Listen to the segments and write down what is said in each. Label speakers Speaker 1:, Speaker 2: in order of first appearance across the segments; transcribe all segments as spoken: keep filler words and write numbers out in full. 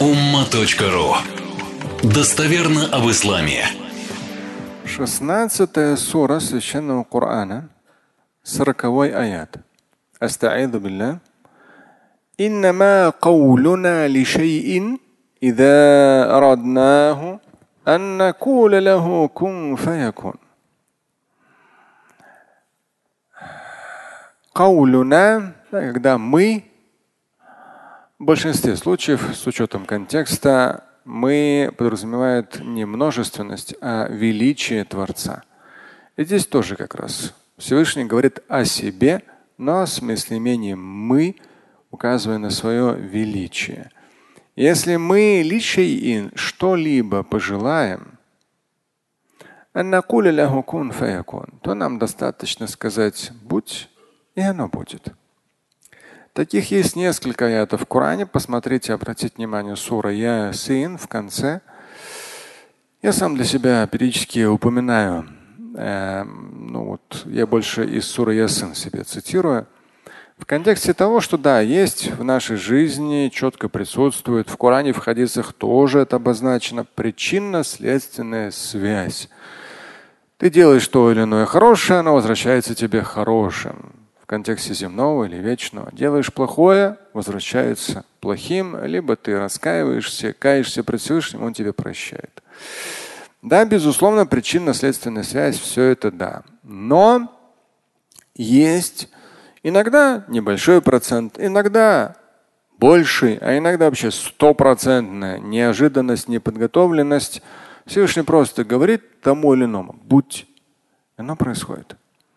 Speaker 1: Умма.ру. Достоверно об исламе.
Speaker 2: шестнадцатая сура Священного Корана, сороковой аят. Аста'иду билля. Иннама каулуна ли шайин, ида араднаху, ан накуля лаху кун фаякун. Каулуна, когда мы, в большинстве случаев, с учетом контекста, мы подразумевает не множественность, а величие Творца. И здесь тоже как раз Всевышний говорит о себе, но с местоимением «мы», указывая на свое величие. Если мы лишь что-либо пожелаем, то нам достаточно сказать «будь», и оно будет. Таких есть несколько аятов в Коране. Посмотрите, обратите внимание, сура Ясин в конце. Я сам для себя периодически упоминаю, э, ну вот я больше из суры Ясин себе цитирую, в контексте того, что да, есть в нашей жизни, четко присутствует, в Коране, в хадисах тоже это обозначено, причинно-следственная связь. Ты делаешь то или иное хорошее, оно возвращается тебе хорошим. В контексте земного или вечного. Делаешь плохое, возвращается плохим, либо ты раскаиваешься, каешься пред Всевышним, он тебе прощает. Да, безусловно, причинно-следственная связь, все это да. Но есть иногда небольшой процент, иногда больший, а иногда вообще стопроцентная неожиданность, неподготовленность. Всевышний просто говорит тому или иному: будь. Оно происходит.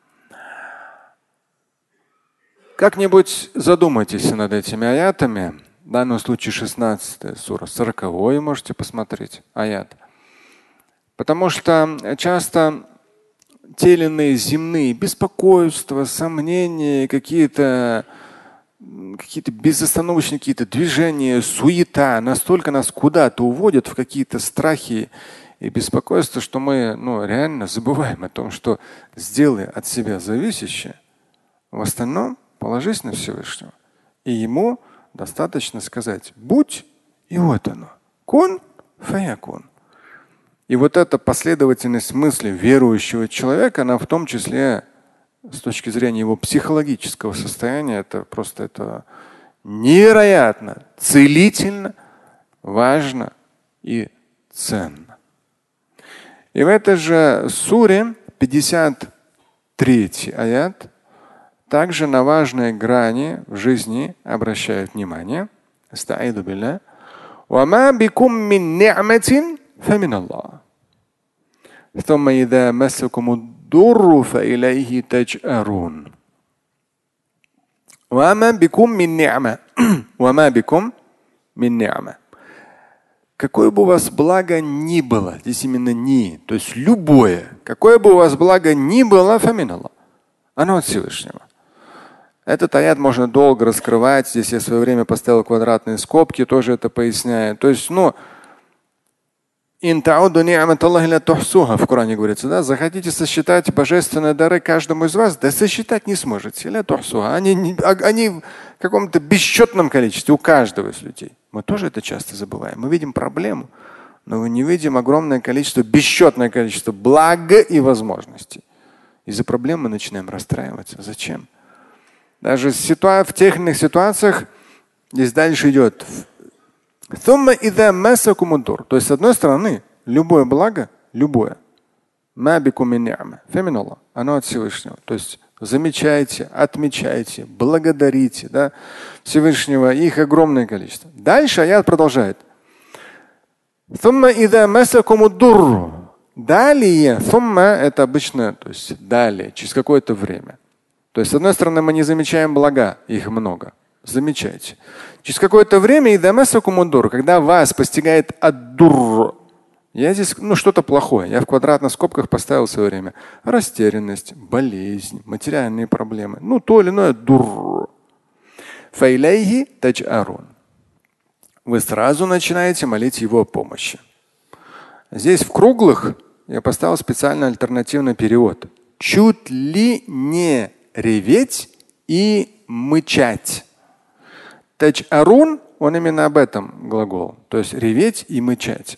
Speaker 2: Как-нибудь задумайтесь над этими аятами. В данном случае шестнадцатая сура, сороковой можете посмотреть аят. Потому что часто те или иные земные беспокойства, сомнения, какие-то какие-то безостановочные какие-то движения, суета настолько нас куда-то уводят в какие-то страхи и беспокойства, что мы ну, реально забываем о том, что сделай от себя зависящее. В остальном положись на Всевышнего. И ему достаточно сказать «будь», и вот оно. Кун фаякун. И вот эта последовательность мысли верующего человека, она в том числе с точки зрения его психологического состояния, это просто это невероятно целительно, важно и ценно. И в этой же суре пятьдесят третий аят также на важные грани в жизни обращают внимание. Аста'иду билля. وَمَا بِكُم مِّن نِّعْمَةٍ فَمِنَ اللَّهِ ثُمَّ إِذَا مَسَّكُمُ الضُّرُّ فَإِلَيْهِ تَجْأَرُونَ. وَمَا بِكُم مِّن نِّعْمَةٍ وَمَا بِكُم مِّن نِّعْمَةٍ. Какое бы у вас благо ни было, здесь именно ни, то есть любое, какое бы у вас благо ни было, فَمِنَ اللَّهِ. Оно от Всевышнего. Этот аят можно долго раскрывать. Здесь я в свое время поставил квадратные скобки, тоже это поясняю. То есть, ну, в Коране говорится, да, захотите сосчитать божественные дары каждому из вас, да сосчитать не сможете. Они, они в каком-то бесчетном количестве у каждого из людей. Мы тоже это часто забываем. Мы видим проблему, но мы не видим огромное количество, бесчетное количество блага и возможностей. Из-за проблем мы начинаем расстраиваться. Зачем? Даже в тех или иных ситуациях здесь дальше идет. То есть, с одной стороны, любое благо, любое, оно от Всевышнего. То есть замечайте, отмечайте, благодарите, да, Всевышнего, их огромное количество. Дальше аят продолжает. Далее, это обычно, то есть далее, через какое-то время. То есть, с одной стороны, мы не замечаем блага, их много. Замечайте. Через какое-то время, когда вас постигает ад-дур, я здесь, ну, что-то плохое. Я в квадратных скобках поставил в свое время. Растерянность, болезнь, материальные проблемы. Ну, то или иное дур. Фаилейхи таджарун. Вы сразу начинаете молить его о помощи. Здесь в круглых я поставил специальный альтернативный перевод. Чуть ли не реветь и мычать. Таджарун он именно об этом глагол. То есть реветь и мычать.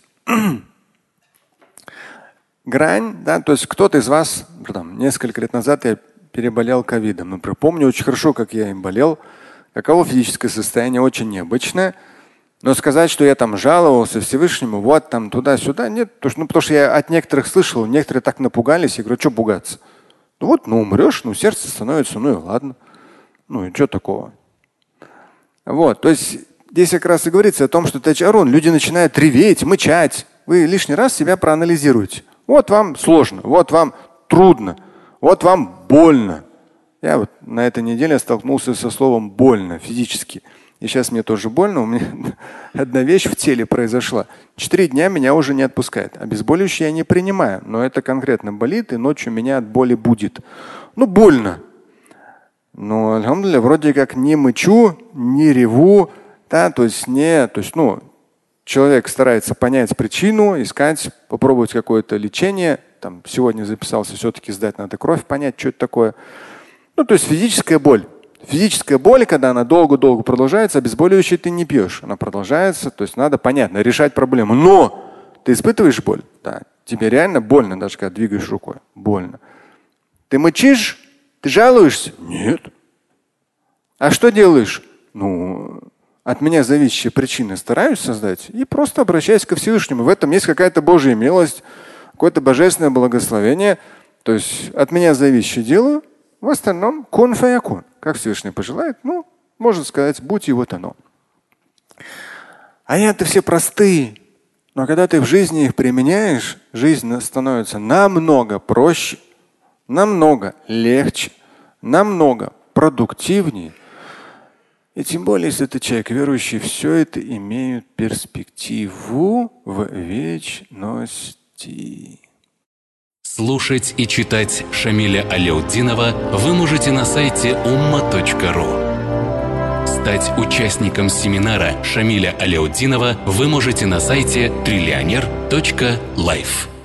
Speaker 2: Грань, да, то есть кто-то из вас, там, несколько лет назад я переболел ковидом. Например, помню очень хорошо, как я им болел. Каково физическое состояние, очень необычное. Но сказать, что я там жаловался Всевышнему, вот там туда-сюда, нет. Потому что, ну, потому что я от некоторых слышал, некоторые так напугались. Я говорю, что пугаться? Ну вот, ну умрешь, ну сердце становится, ну и ладно. Ну и что такого? Вот, то есть здесь как раз и говорится о том, что тачарун, люди начинают реветь, мычать. Вы лишний раз себя проанализируете. Вот вам сложно, вот вам трудно, вот вам больно. Я вот на этой неделе столкнулся со словом больно физически. И сейчас мне тоже больно. У меня одна вещь в теле произошла. Четыре дня меня уже не отпускает. Обезболивающее я не принимаю, но это конкретно болит, и ночью меня от боли будет. Ну, больно. Но, альхамдулилля, вроде как не мычу, не реву, да, то есть не, то есть, ну, человек старается понять причину, искать, попробовать какое-то лечение. Там сегодня записался, все-таки сдать надо кровь, понять, что это такое. Ну, то есть физическая боль. Физическая боль, когда она долго-долго продолжается, обезболивающее ты не пьешь. Она продолжается, то есть надо, понятно, решать проблему. Но ты испытываешь боль? Да. Тебе реально больно, даже когда двигаешь рукой. Больно. Ты мычишь? Ты жалуешься? Нет. А что делаешь? Ну, от меня зависящие причины стараюсь создать и просто обращаюсь ко Всевышнему. В этом есть какая-то Божья милость, какое-то божественное благословение. То есть от меня зависящее делаю, в остальном кун фаякун. Как Всевышний пожелает, ну, можно сказать, будь и вот оно. Аяты все простые, но когда ты в жизни их применяешь, жизнь становится намного проще, намного легче, намного продуктивнее. И тем более, если ты человек верующий, все это имеет перспективу в вечности.
Speaker 1: Слушать и читать Шамиля Аляутдинова вы можете на сайте умма точка ру. Стать участником семинара Шамиля Аляутдинова вы можете на сайте триллионер точка лайф.